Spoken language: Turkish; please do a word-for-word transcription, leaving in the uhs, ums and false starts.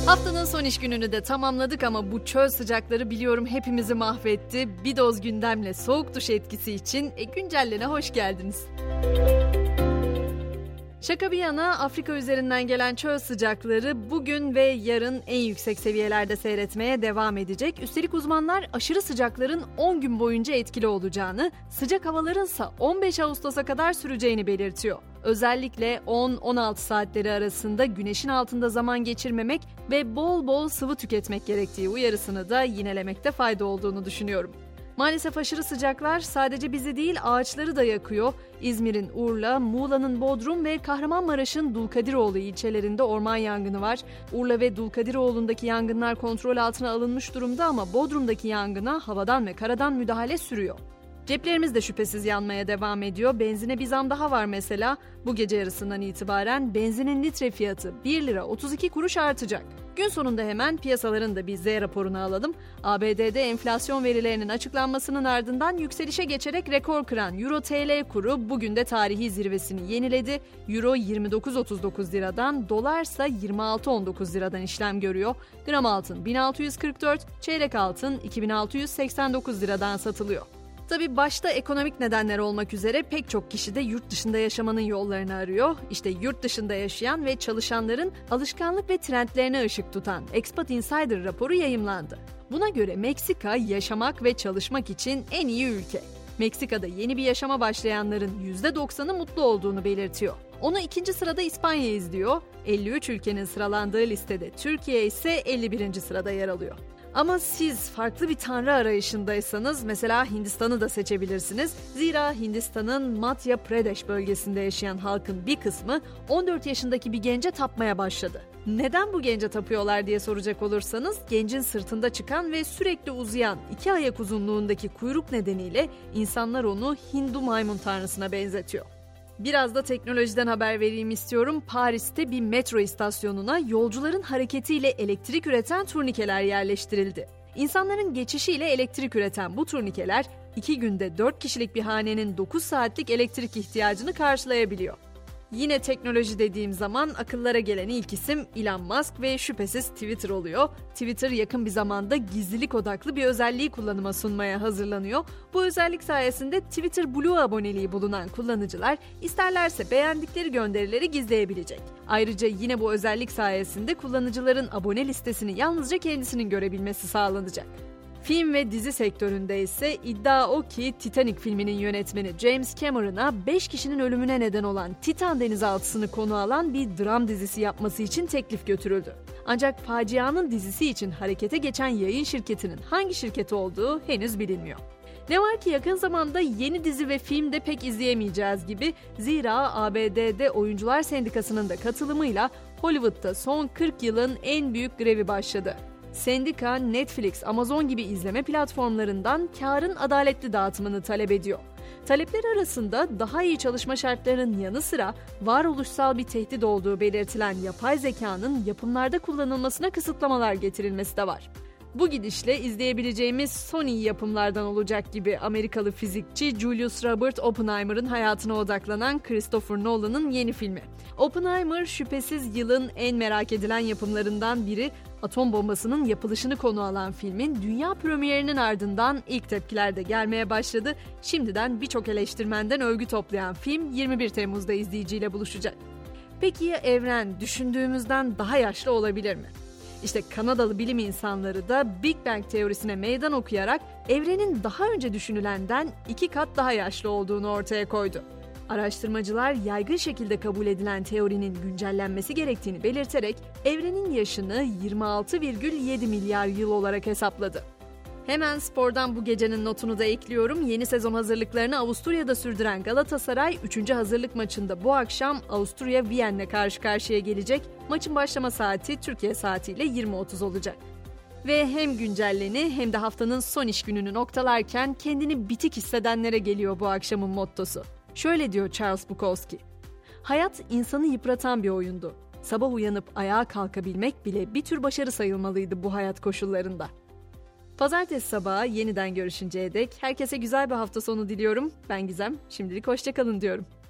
Haftanın son iş gününü de tamamladık ama bu çöl sıcakları biliyorum hepimizi mahvetti. Bir doz gündemle soğuk duş etkisi için e, güncellene hoş geldiniz. Şaka bir yana Afrika üzerinden gelen çöl sıcakları bugün ve yarın en yüksek seviyelerde seyretmeye devam edecek. Üstelik uzmanlar aşırı sıcakların on gün boyunca etkili olacağını, sıcak havalarınsa on beş Ağustos'a kadar süreceğini belirtiyor. Özellikle on on altı saatleri arasında güneşin altında zaman geçirmemek ve bol bol sıvı tüketmek gerektiği uyarısını da yinelemekte fayda olduğunu düşünüyorum. Maalesef aşırı sıcaklar sadece bizi değil ağaçları da yakıyor. İzmir'in Urla, Muğla'nın Bodrum ve Kahramanmaraş'ın Dulkadiroğlu ilçelerinde orman yangını var. Urla ve Dulkadiroğlu'ndaki yangınlar kontrol altına alınmış durumda ama Bodrum'daki yangına havadan ve karadan müdahale sürüyor. Ceplerimiz de şüphesiz yanmaya devam ediyor. Benzine bir zam daha var mesela. Bu gece yarısından itibaren benzinin litre fiyatı bir lira otuz iki kuruş artacak. Gün sonunda hemen piyasaların da bir Z raporunu alalım. A B D'de enflasyon verilerinin açıklanmasının ardından yükselişe geçerek rekor kıran Euro T L kuru bugün de tarihi zirvesini yeniledi. Euro yirmi dokuz otuz dokuz liradan, dolarsa yirmi altı on dokuz liradan işlem görüyor. Gram altın bin altı yüz kırk dört, çeyrek altın iki bin altı yüz seksen dokuz liradan satılıyor. Tabii başta ekonomik nedenler olmak üzere pek çok kişi de yurt dışında yaşamanın yollarını arıyor. İşte yurt dışında yaşayan ve çalışanların alışkanlık ve trendlerine ışık tutan Expat Insider raporu yayımlandı. Buna göre Meksika yaşamak ve çalışmak için en iyi ülke. Meksika'da yeni bir yaşama başlayanların yüzde doksanı mutlu olduğunu belirtiyor. Onu ikinci sırada İspanya izliyor. elli üç ülkenin sıralandığı listede Türkiye ise elli birinci sırada yer alıyor. Ama siz farklı bir tanrı arayışındaysanız mesela Hindistan'ı da seçebilirsiniz. Zira Hindistan'ın Madhya Pradesh bölgesinde yaşayan halkın bir kısmı on dört yaşındaki bir gence tapmaya başladı. Neden bu gence tapıyorlar diye soracak olursanız, gencin sırtında çıkan ve sürekli uzayan iki ayak uzunluğundaki kuyruk nedeniyle insanlar onu Hindu maymun tanrısına benzetiyor. Biraz da teknolojiden haber vereyim istiyorum. Paris'te bir metro istasyonuna yolcuların hareketiyle elektrik üreten turnikeler yerleştirildi. İnsanların geçişiyle elektrik üreten bu turnikeler iki günde dört kişilik bir hanenin dokuz saatlik elektrik ihtiyacını karşılayabiliyor. Yine teknoloji dediğim zaman akıllara gelen ilk isim Elon Musk ve şüphesiz Twitter oluyor. Twitter yakın bir zamanda gizlilik odaklı bir özelliği kullanıma sunmaya hazırlanıyor. Bu özellik sayesinde Twitter Blue aboneliği bulunan kullanıcılar isterlerse beğendikleri gönderileri gizleyebilecek. Ayrıca yine bu özellik sayesinde kullanıcıların abone listesini yalnızca kendisinin görebilmesi sağlanacak. Film ve dizi sektöründe ise iddia o ki Titanic filminin yönetmeni James Cameron'a beş kişinin ölümüne neden olan Titan denizaltısını konu alan bir dram dizisi yapması için teklif götürüldü. Ancak facianın dizisi için harekete geçen yayın şirketinin hangi şirket olduğu henüz bilinmiyor. Ne var ki yakın zamanda yeni dizi ve film de pek izleyemeyeceğiz gibi, zira A B D'de Oyuncular Sendikası'nın da katılımıyla Hollywood'da son kırk yılın en büyük grevi başladı. Sendika, Netflix, Amazon gibi izleme platformlarından kârın adaletli dağıtımını talep ediyor. Talepler arasında daha iyi çalışma şartlarının yanı sıra varoluşsal bir tehdit olduğu belirtilen yapay zekanın yapımlarda kullanılmasına kısıtlamalar getirilmesi de var. Bu gidişle izleyebileceğimiz son iyi yapımlardan olacak gibi Amerikalı fizikçi Julius Robert Oppenheimer'ın hayatına odaklanan Christopher Nolan'ın yeni filmi. Oppenheimer şüphesiz yılın en merak edilen yapımlarından biri. Atom bombasının yapılışını konu alan filmin dünya premierinin ardından ilk tepkiler de gelmeye başladı. Şimdiden birçok eleştirmenden övgü toplayan film yirmi bir Temmuz'da izleyiciyle buluşacak. Peki ya evren düşündüğümüzden daha yaşlı olabilir mi? İşte Kanadalı bilim insanları da Big Bang teorisine meydan okuyarak evrenin daha önce düşünülenden iki kat daha yaşlı olduğunu ortaya koydu. Araştırmacılar yaygın şekilde kabul edilen teorinin güncellenmesi gerektiğini belirterek evrenin yaşını yirmi altı virgül yedi milyar yıl olarak hesapladı. Hemen spordan bu gecenin notunu da ekliyorum. Yeni sezon hazırlıklarını Avusturya'da sürdüren Galatasaray üçüncü hazırlık maçında bu akşam Avusturya Viyen'le karşı karşıya gelecek. Maçın başlama saati Türkiye saatiyle yirmi otuz olacak. Ve hem güncelleni hem de haftanın son iş gününü noktalarken kendini bitik hissedenlere geliyor bu akşamın mottosu. Şöyle diyor Charles Bukowski: "Hayat insanı yıpratan bir oyundu. Sabah uyanıp ayağa kalkabilmek bile bir tür başarı sayılmalıydı bu hayat koşullarında." Pazartesi sabahı yeniden görüşünceye dek herkese güzel bir hafta sonu diliyorum. Ben Gizem, şimdilik hoşça kalın diyorum.